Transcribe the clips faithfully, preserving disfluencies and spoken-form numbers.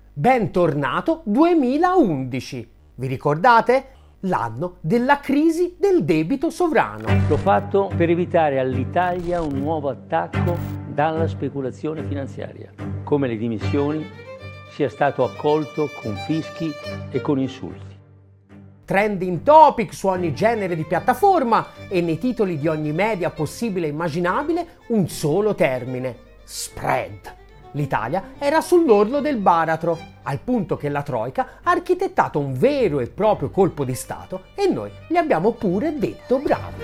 Bentornato duemilaundici. Vi ricordate? L'anno della crisi del debito sovrano. L'ho fatto per evitare all'Italia un nuovo attacco dalla speculazione finanziaria. Come le dimissioni sia stato accolto con fischi e con insulti. Trending topic su ogni genere di piattaforma e nei titoli di ogni media possibile e immaginabile un solo termine: spread. L'Italia era sull'orlo del baratro, al punto che la Troika ha architettato un vero e proprio colpo di Stato e noi gli abbiamo pure detto bravi.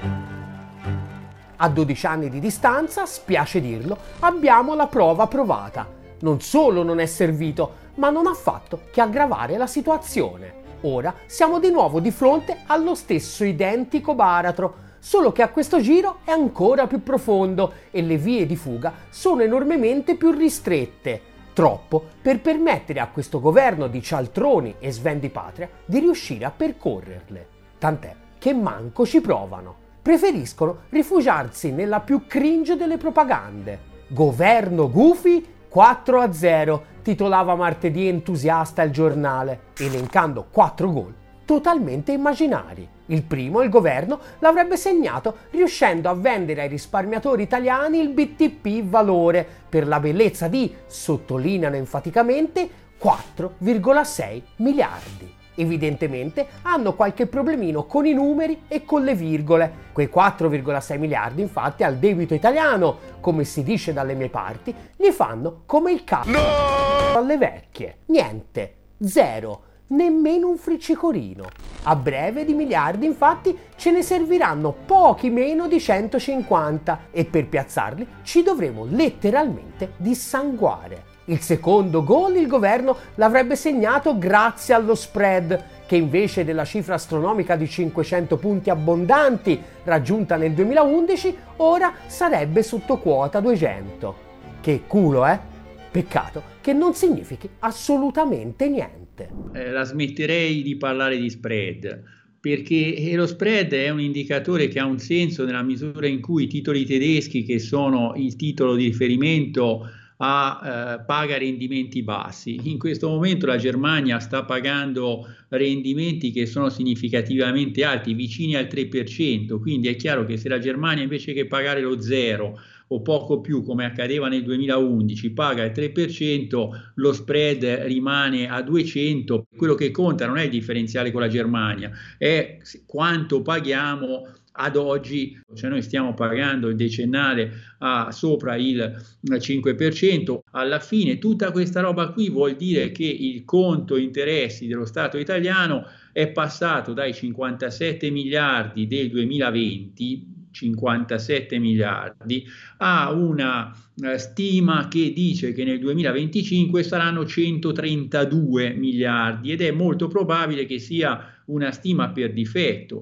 A dodici anni di distanza, spiace dirlo, abbiamo la prova provata. Non solo non è servito, ma non ha fatto che aggravare la situazione. Ora siamo di nuovo di fronte allo stesso identico baratro, solo che a questo giro è ancora più profondo e le vie di fuga sono enormemente più ristrette, troppo per permettere a questo governo di cialtroni e svendipatria di riuscire a percorrerle. Tant'è che manco ci provano. Preferiscono rifugiarsi nella più cringe delle propagande. Governo Gufi quattro a zero, titolava martedì entusiasta il giornale, elencando quattro gol totalmente immaginari. Il primo, il governo, l'avrebbe segnato riuscendo a vendere ai risparmiatori italiani il B T P valore per la bellezza di, sottolineano enfaticamente, quattro virgola sei miliardi. Evidentemente hanno qualche problemino con i numeri e con le virgole. Quei quattro virgola sei miliardi infatti al debito italiano, come si dice dalle mie parti, gli fanno come il cazzo no! alle vecchie. Niente, zero. Nemmeno un friccicorino. A breve di miliardi infatti ce ne serviranno pochi meno di centocinquanta e per piazzarli ci dovremo letteralmente dissanguare. Il secondo gol il governo l'avrebbe segnato grazie allo spread, che invece della cifra astronomica di cinquecento punti abbondanti raggiunta nel duemilaundici ora sarebbe sotto quota duecento. Che culo, eh? Peccato che non significhi assolutamente niente. Eh, la smetterei di parlare di spread, perché lo spread è un indicatore che ha un senso nella misura in cui i titoli tedeschi, che sono il titolo di riferimento a eh, paga rendimenti bassi. In questo momento la Germania sta pagando rendimenti che sono significativamente alti, vicini al tre per cento, quindi è chiaro che se la Germania invece che pagare lo zero o poco più come accadeva nel duemilaundici paga il tre per cento, lo spread rimane a duecento. Quello che conta non è il differenziale con la Germania, è quanto paghiamo ad oggi. Cioè noi stiamo pagando il decennale a sopra il cinque per cento. Alla fine tutta questa roba qui vuol dire che il conto interessi dello Stato italiano è passato dai cinquantasette miliardi del duemilaventi, cinquantasette miliardi, a una eh, stima che dice che nel duemilaventicinque saranno centotrentadue miliardi ed è molto probabile che sia una stima per difetto.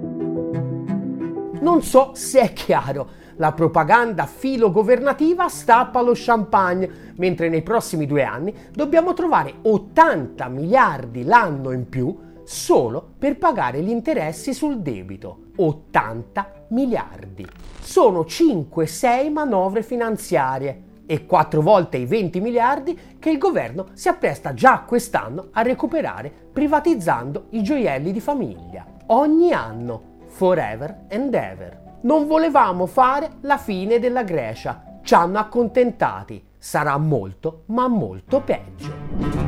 Non so se è chiaro, la propaganda filogovernativa stappa lo champagne, mentre nei prossimi due anni dobbiamo trovare ottanta miliardi l'anno in più solo per pagare gli interessi sul debito. ottanta miliardi. Sono cinque sei manovre finanziarie e quattro volte i venti miliardi che il governo si appresta già quest'anno a recuperare privatizzando i gioielli di famiglia. Ogni anno. Forever and ever. Non volevamo fare la fine della Grecia. Ci hanno accontentati. Sarà molto, ma molto peggio.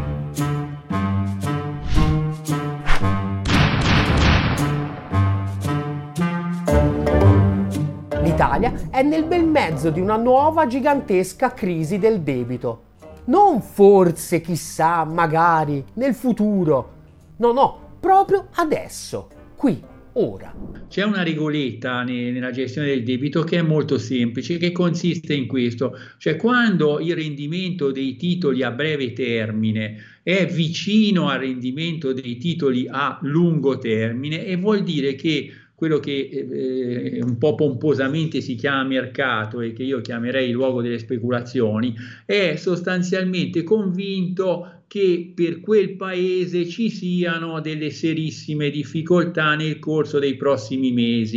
L'Italia è nel bel mezzo di una nuova gigantesca crisi del debito. Non forse, chissà, magari, nel futuro. No, no, proprio adesso, qui. Ora. C'è una regoletta ne, nella gestione del debito che è molto semplice, che consiste in questo, cioè quando il rendimento dei titoli a breve termine è vicino al rendimento dei titoli a lungo termine, e vuol dire che quello che eh, un po' pomposamente si chiama mercato e che io chiamerei il luogo delle speculazioni, è sostanzialmente convinto che per quel paese ci siano delle serissime difficoltà nel corso dei prossimi mesi.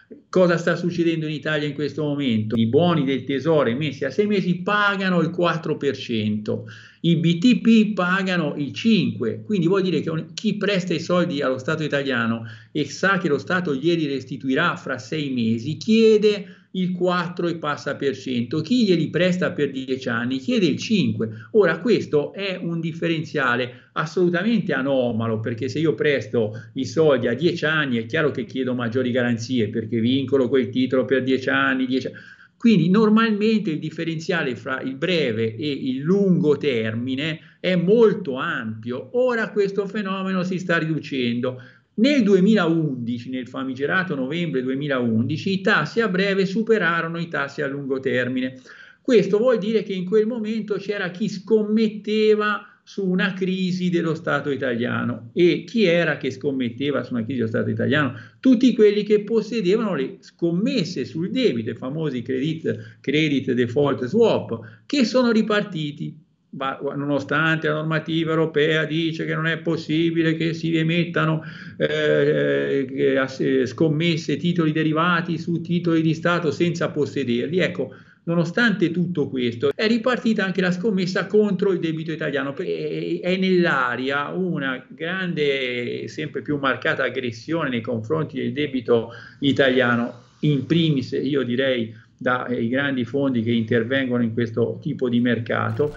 Cosa sta succedendo in Italia in questo momento? I buoni del tesoro emessi a sei mesi pagano il quattro per cento, i B T P pagano il cinque per cento, quindi vuol dire che chi presta i soldi allo Stato italiano e sa che lo Stato glieli restituirà fra sei mesi, chiede il quattro e passa per cento, chi glieli presta per dieci anni chiede il cinque. Ora questo è un differenziale assolutamente anomalo, perché se io presto i soldi a dieci anni è chiaro che chiedo maggiori garanzie perché vincolo quel titolo per dieci anni, dieci... Quindi normalmente il differenziale fra il breve e il lungo termine è molto ampio. Ora questo fenomeno si sta riducendo. Nel duemilaundici, nel famigerato novembre duemilaundici, i tassi a breve superarono i tassi a lungo termine. Questo vuol dire che in quel momento c'era chi scommetteva su una crisi dello Stato italiano. E chi era che scommetteva su una crisi dello Stato italiano? Tutti quelli che possedevano le scommesse sul debito, i famosi credit, credit default swap, che sono ripartiti. Ma, nonostante la normativa europea dice che non è possibile che si emettano eh, eh, scommesse, titoli derivati su titoli di Stato senza possederli, ecco, nonostante tutto questo è ripartita anche la scommessa contro il debito italiano. È nell'aria una grande, sempre più marcata aggressione nei confronti del debito italiano, in primis io direi dai grandi fondi che intervengono in questo tipo di mercato.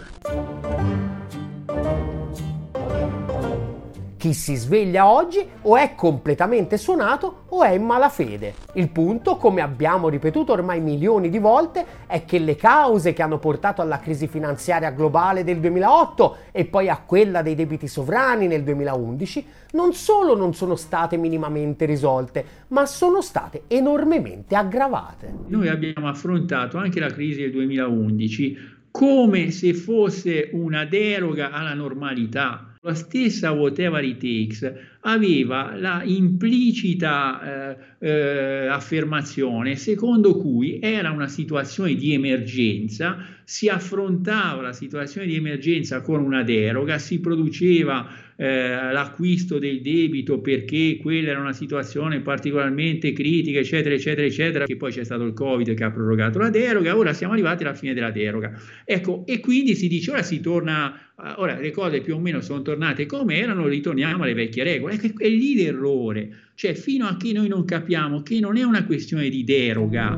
Chi si sveglia oggi o è completamente suonato o è in malafede. Il punto, come abbiamo ripetuto ormai milioni di volte, è che le cause che hanno portato alla crisi finanziaria globale del duemilaotto e poi a quella dei debiti sovrani nel duemilaundici non solo non sono state minimamente risolte, ma sono state enormemente aggravate. Noi abbiamo affrontato anche la crisi del duemilaundici come se fosse una deroga alla normalità. La stessa Whatever It Takes aveva la implicita eh, eh, affermazione secondo cui era una situazione di emergenza, si affrontava la situazione di emergenza con una deroga, si produceva eh, l'acquisto del debito perché quella era una situazione particolarmente critica, eccetera, eccetera, eccetera, che poi c'è stato il Covid che ha prorogato la deroga, ora siamo arrivati alla fine della deroga. Ecco, e quindi si dice ora si torna, ora le cose più o meno sono tornate come erano, ritorniamo alle vecchie regole. È lì l'errore, cioè fino a che noi non capiamo che non è una questione di deroga.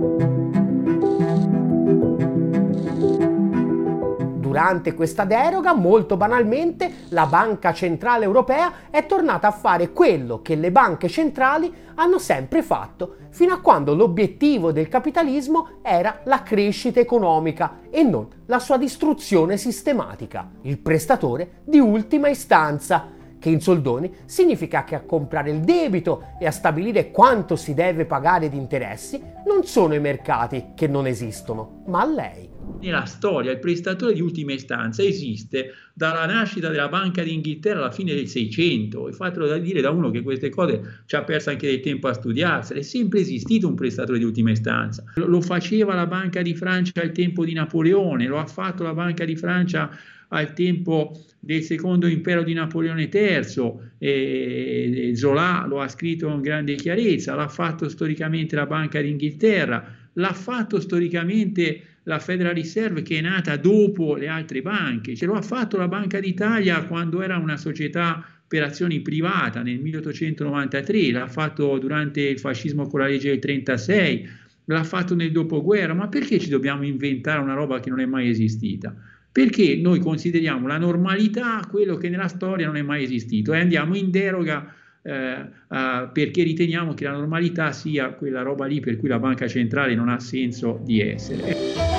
Durante questa deroga, molto banalmente, la Banca Centrale Europea è tornata a fare quello che le banche centrali hanno sempre fatto, fino a quando l'obiettivo del capitalismo era la crescita economica e non la sua distruzione sistematica, il prestatore di ultima istanza, che in soldoni significa che a comprare il debito e a stabilire quanto si deve pagare di interessi non sono i mercati che non esistono, ma lei. Nella storia il prestatore di ultima istanza esiste dalla nascita della Banca d'Inghilterra alla fine del Seicento, e fatelo da dire da uno che queste cose ci ha perso anche del tempo a studiarsele. È sempre esistito un prestatore di ultima istanza, lo, lo faceva la Banca di Francia al tempo di Napoleone, lo ha fatto la Banca di Francia al tempo del secondo impero di Napoleone terzo, e Zola lo ha scritto con grande chiarezza, l'ha fatto storicamente la Banca d'Inghilterra, l'ha fatto storicamente la Federal Reserve, che è nata dopo le altre banche, ce lo ha fatto la Banca d'Italia quando era una società per azioni privata nel milleottocentonovantatré, l'ha fatto durante il fascismo con la legge del trentasei, l'ha fatto nel dopoguerra. Ma perché ci dobbiamo inventare una roba che non è mai esistita? Perché noi consideriamo la normalità quello che nella storia non è mai esistito e andiamo in deroga eh, uh, perché riteniamo che la normalità sia quella roba lì per cui la banca centrale non ha senso di essere.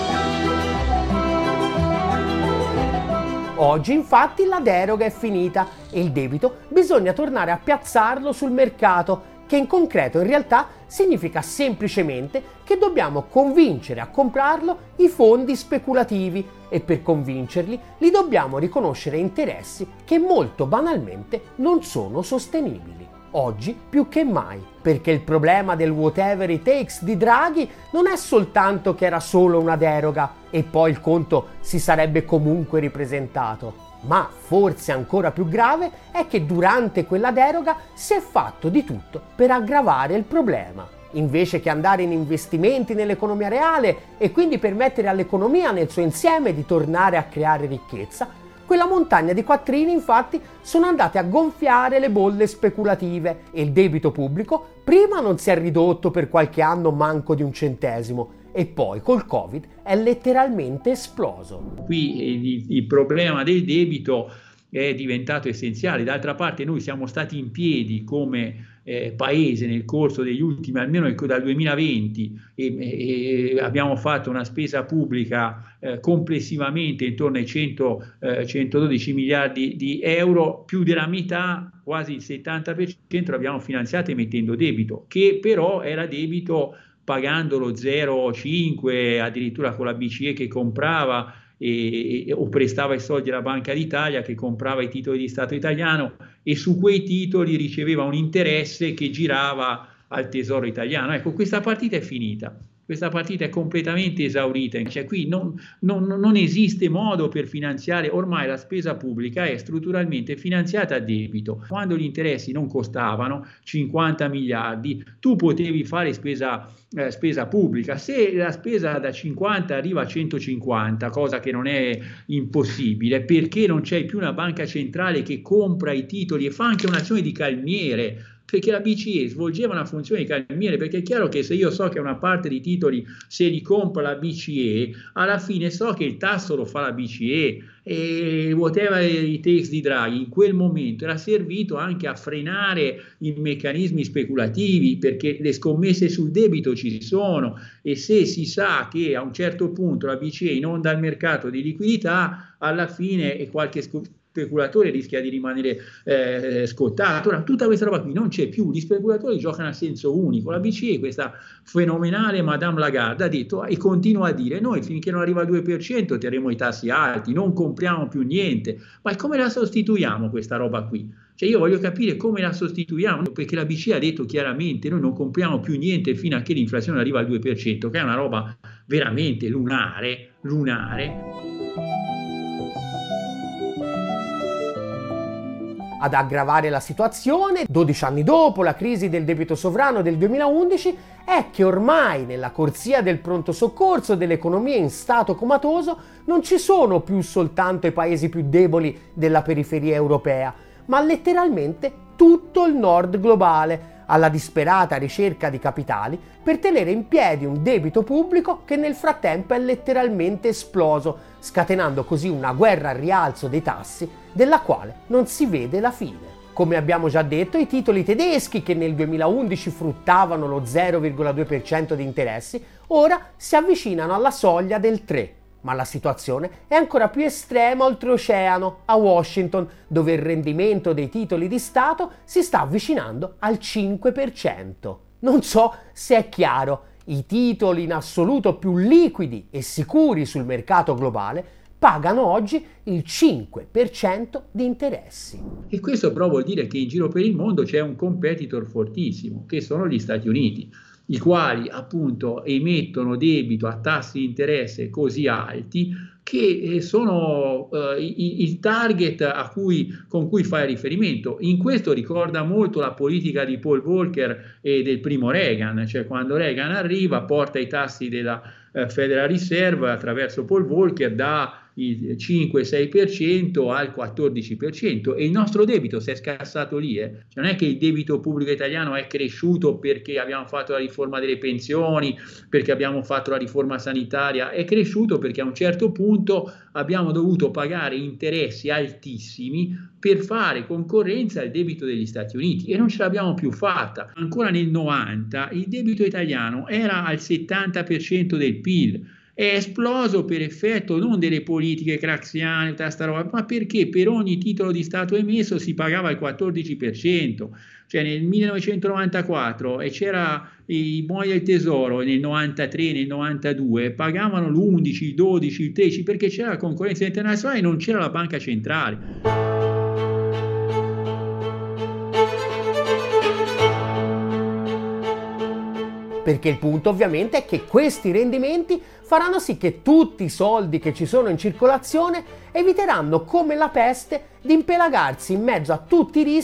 Oggi infatti la deroga è finita e il debito bisogna tornare a piazzarlo sul mercato, che in concreto in realtà significa semplicemente che dobbiamo convincere a comprarlo i fondi speculativi e per convincerli li dobbiamo riconoscere interessi che molto banalmente non sono sostenibili. Oggi più che mai, perché il problema del whatever it takes di Draghi non è soltanto che era solo una deroga e poi il conto si sarebbe comunque ripresentato, ma forse ancora più grave è che durante quella deroga si è fatto di tutto per aggravare il problema. invece che andare in investimenti nell'economia reale e quindi permettere all'economia nel suo insieme di tornare a creare ricchezza, quella montagna di quattrini infatti sono andate a gonfiare le bolle speculative e il debito pubblico prima non si è ridotto per qualche anno manco di un centesimo e poi col Covid è letteralmente esploso. Qui il, il problema del debito è diventato essenziale. D'altra parte noi siamo stati in piedi come eh, paese nel corso degli ultimi, almeno dal duemilaventi, e, e abbiamo fatto una spesa pubblica eh, complessivamente intorno ai cento, eh, centododici miliardi di euro, più della metà, quasi il settanta per cento l'abbiamo finanziato mettendo debito, che però era debito pagandolo zero virgola cinque, addirittura con la B C E che comprava E, e, o prestava i soldi alla Banca d'Italia che comprava i titoli di Stato italiano e su quei titoli riceveva un interesse che girava al Tesoro italiano. Ecco, questa partita è finita. Questa partita è completamente esaurita, cioè qui non, non, non esiste modo per finanziare, ormai la spesa pubblica è strutturalmente finanziata a debito. Quando gli interessi non costavano cinquanta miliardi, tu potevi fare spesa, eh, spesa pubblica. Se la spesa da cinquanta arriva a centocinquanta, cosa che non è impossibile, perché non c'è più una banca centrale che compra i titoli e fa anche un'azione di calmiere, perché la B C E svolgeva una funzione di calmiere, perché è chiaro che se io so che una parte di titoli se li compra la B C E, alla fine so che il tasso lo fa la B C E e whatever it takes di Draghi in quel momento era servito anche a frenare i meccanismi speculativi, perché le scommesse sul debito ci sono e se si sa che a un certo punto la B C E inonda il mercato di liquidità, alla fine è qualche speculatore rischia di rimanere eh, scottato. Ora, tutta questa roba qui non c'è più, gli speculatori giocano a senso unico. La B C E, questa fenomenale Madame Lagarde, ha detto e continua a dire: noi finché non arriva al due per cento terremo i tassi alti, non compriamo più niente. Ma come la sostituiamo questa roba qui? Cioè io voglio capire come la sostituiamo, perché la B C E ha detto chiaramente: noi non compriamo più niente fino a che l'inflazione arriva al due per cento, che è una roba veramente lunare, lunare. Ad aggravare la situazione, dodici anni dopo la crisi del debito sovrano del duemilaundici, è che ormai nella corsia del pronto soccorso dell'economia in stato comatoso non ci sono più soltanto i paesi più deboli della periferia europea, ma letteralmente tutto il nord globale, alla disperata ricerca di capitali per tenere in piedi un debito pubblico che nel frattempo è letteralmente esploso, scatenando così una guerra al rialzo dei tassi della quale non si vede la fine. Come abbiamo già detto, i titoli tedeschi, che nel duemilaundici fruttavano lo zero virgola due per cento di interessi, ora si avvicinano alla soglia del tre per cento. Ma la situazione è ancora più estrema oltreoceano, a Washington, dove il rendimento dei titoli di Stato si sta avvicinando al cinque per cento. Non so se è chiaro, i titoli in assoluto più liquidi e sicuri sul mercato globale pagano oggi il cinque per cento di interessi. E questo però vuol dire che in giro per il mondo c'è un competitor fortissimo, che sono gli Stati Uniti, i quali appunto emettono debito a tassi di interesse così alti che sono uh, il target a cui, con cui fai riferimento. In questo ricorda molto la politica di Paul Volcker e del primo Reagan, cioè quando Reagan arriva porta i tassi della uh, Federal Reserve attraverso Paul Volcker da il cinque sei per cento al quattordici per cento e il nostro debito si è scassato lì. Eh. Cioè non è che il debito pubblico italiano è cresciuto perché abbiamo fatto la riforma delle pensioni, perché abbiamo fatto la riforma sanitaria, è cresciuto perché a un certo punto abbiamo dovuto pagare interessi altissimi per fare concorrenza al debito degli Stati Uniti e non ce l'abbiamo più fatta. Ancora nel novanta il debito italiano era al settanta per cento del P I L. È esploso per effetto non delle politiche craxiane, tutta sta roba, ma perché per ogni titolo di Stato emesso si pagava il quattordici per cento. Cioè nel millenovecentonovantaquattro e c'era i buoni del tesoro nel novantatré, nel novantadue, pagavano l'undici, il dodici, il tredici perché c'era la concorrenza internazionale e non c'era la banca centrale. Perché il punto ovviamente è che questi rendimenti faranno sì che tutti i soldi che ci sono in circolazione eviteranno come la peste di impelagarsi in mezzo a tutti i rischi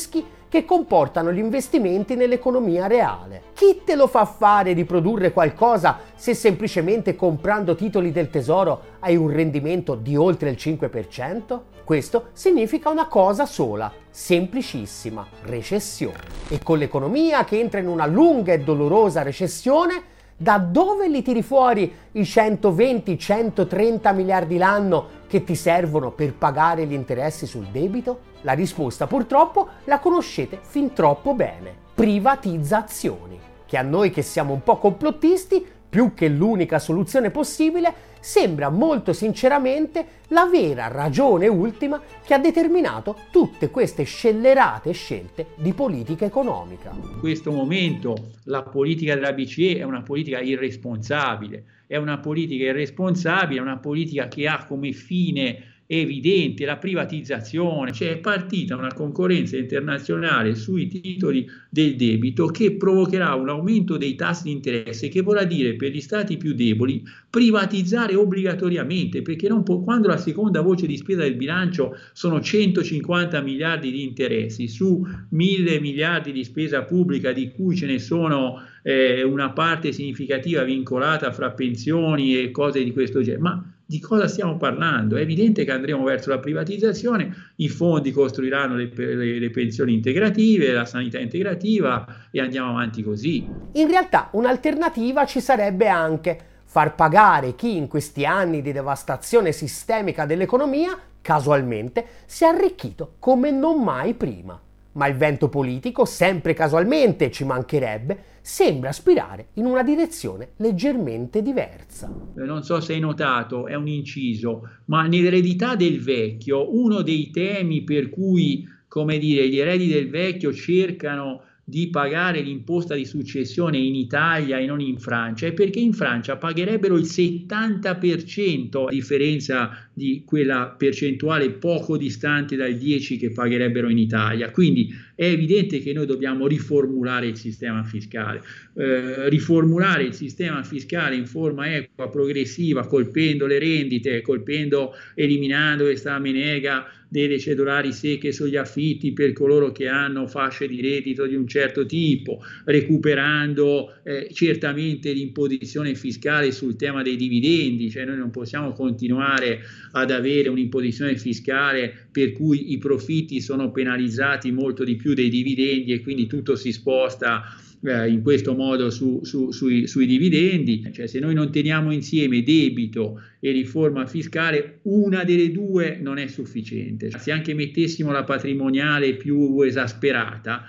che comportano gli investimenti nell'economia reale. Chi te lo fa fare di produrre qualcosa se semplicemente comprando titoli del tesoro hai un rendimento di oltre il cinque per cento? Questo significa una cosa sola, semplicissima: recessione. E con l'economia che entra in una lunga e dolorosa recessione, da dove li tiri fuori i centoventi centotrenta miliardi l'anno che ti servono per pagare gli interessi sul debito? La risposta purtroppo la conoscete fin troppo bene: privatizzazioni, che a noi che siamo un po' complottisti, più che l'unica soluzione possibile, sembra molto sinceramente la vera ragione ultima che ha determinato tutte queste scellerate scelte di politica economica. In questo momento la politica della B C E è una politica irresponsabile, è una politica irresponsabile, è una politica che ha come fine evidente la privatizzazione, cioè è partita una concorrenza internazionale sui titoli del debito che provocherà un aumento dei tassi di interesse, che vorrà dire per gli stati più deboli privatizzare obbligatoriamente, perché non può, quando la seconda voce di spesa del bilancio sono centocinquanta miliardi di interessi su mille miliardi di spesa pubblica, di cui ce ne sono eh, una parte significativa vincolata fra pensioni e cose di questo genere, ma di cosa stiamo parlando? È evidente che andremo verso la privatizzazione, i fondi costruiranno le, le, le pensioni integrative, la sanità integrativa e andiamo avanti così. In realtà un'alternativa ci sarebbe anche: far pagare chi in questi anni di devastazione sistemica dell'economia casualmente si è arricchito come non mai prima. Ma il vento politico, sempre casualmente, ci mancherebbe, sembra spirare in una direzione leggermente diversa. Non so se hai notato, è un inciso, ma nell'eredità del vecchio, uno dei temi per cui, come dire, gli eredi del vecchio cercano di pagare l'imposta di successione in Italia e non in Francia è perché in Francia pagherebbero il settanta per cento, a differenza di quella percentuale poco distante dal dieci che pagherebbero in Italia. Quindi è evidente che noi dobbiamo riformulare il sistema fiscale, eh, riformulare il sistema fiscale in forma equa, progressiva, colpendo le rendite, colpendo, eliminando questa menega delle cedolari secche sugli affitti per coloro che hanno fasce di reddito di un certo tipo, recuperando eh, certamente l'imposizione fiscale sul tema dei dividendi, cioè noi non possiamo continuare ad avere un'imposizione fiscale per cui i profitti sono penalizzati molto di più dei dividendi e quindi tutto si sposta Eh, in questo modo su, su, sui, sui dividendi. Cioè, se noi non teniamo insieme debito e riforma fiscale, una delle due non è sufficiente. Se anche mettessimo la patrimoniale più esasperata,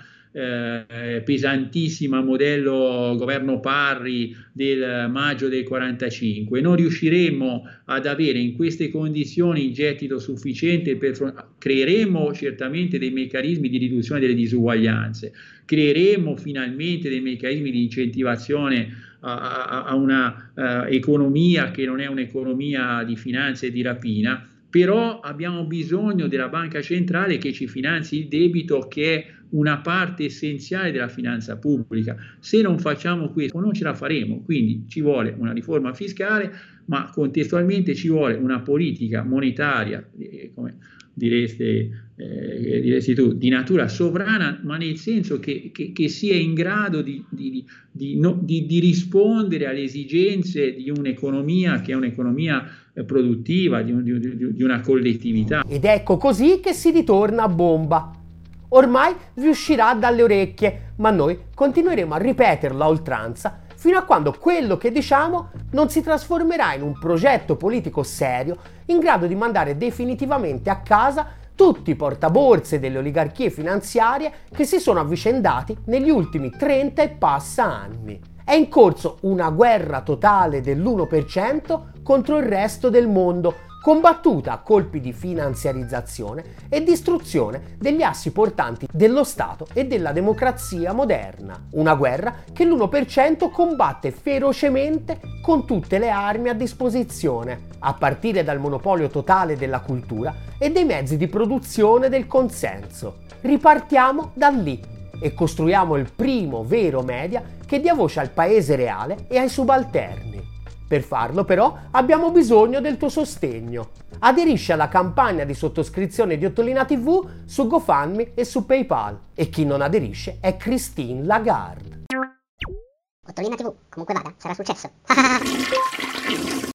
eh, pesantissima, modello governo Parri del maggio del quarantacinque, non riusciremmo ad avere in queste condizioni il gettito sufficiente per creeremo certamente dei meccanismi di riduzione delle disuguaglianze, creeremo finalmente dei meccanismi di incentivazione a, a, a una uh, economia che non è un'economia di finanza e di rapina, però abbiamo bisogno della banca centrale che ci finanzi il debito, che è una parte essenziale della finanza pubblica. Se non facciamo questo non ce la faremo, quindi ci vuole una riforma fiscale, ma contestualmente ci vuole una politica monetaria, eh, come direste, eh, diresti tu, di natura sovrana, ma nel senso che, che, che sia in grado di, di, di, no, di, di rispondere alle esigenze di un'economia che è un'economia eh, produttiva, di, un, di, di una collettività. Ed ecco così che si ritorna a bomba. Ormai vi uscirà dalle orecchie, ma noi continueremo a ripeterlo a oltranza fino a quando quello che diciamo non si trasformerà in un progetto politico serio in grado di mandare definitivamente a casa tutti i portaborse delle oligarchie finanziarie che si sono avvicendati negli ultimi trenta e passa anni. È in corso una guerra totale dell'uno per cento contro il resto del mondo, combattuta a colpi di finanziarizzazione e distruzione degli assi portanti dello Stato e della democrazia moderna. Una guerra che l'uno per cento combatte ferocemente con tutte le armi a disposizione, a partire dal monopolio totale della cultura e dei mezzi di produzione del consenso. Ripartiamo da lì e costruiamo il primo vero media che dia voce al paese reale e ai subalterni. Per farlo però abbiamo bisogno del tuo sostegno. Aderisci alla campagna di sottoscrizione di Ottolina tivù su GoFundMe e su PayPal. E chi non aderisce è Christine Lagarde. Ottolina tivù, comunque vada, sarà successo.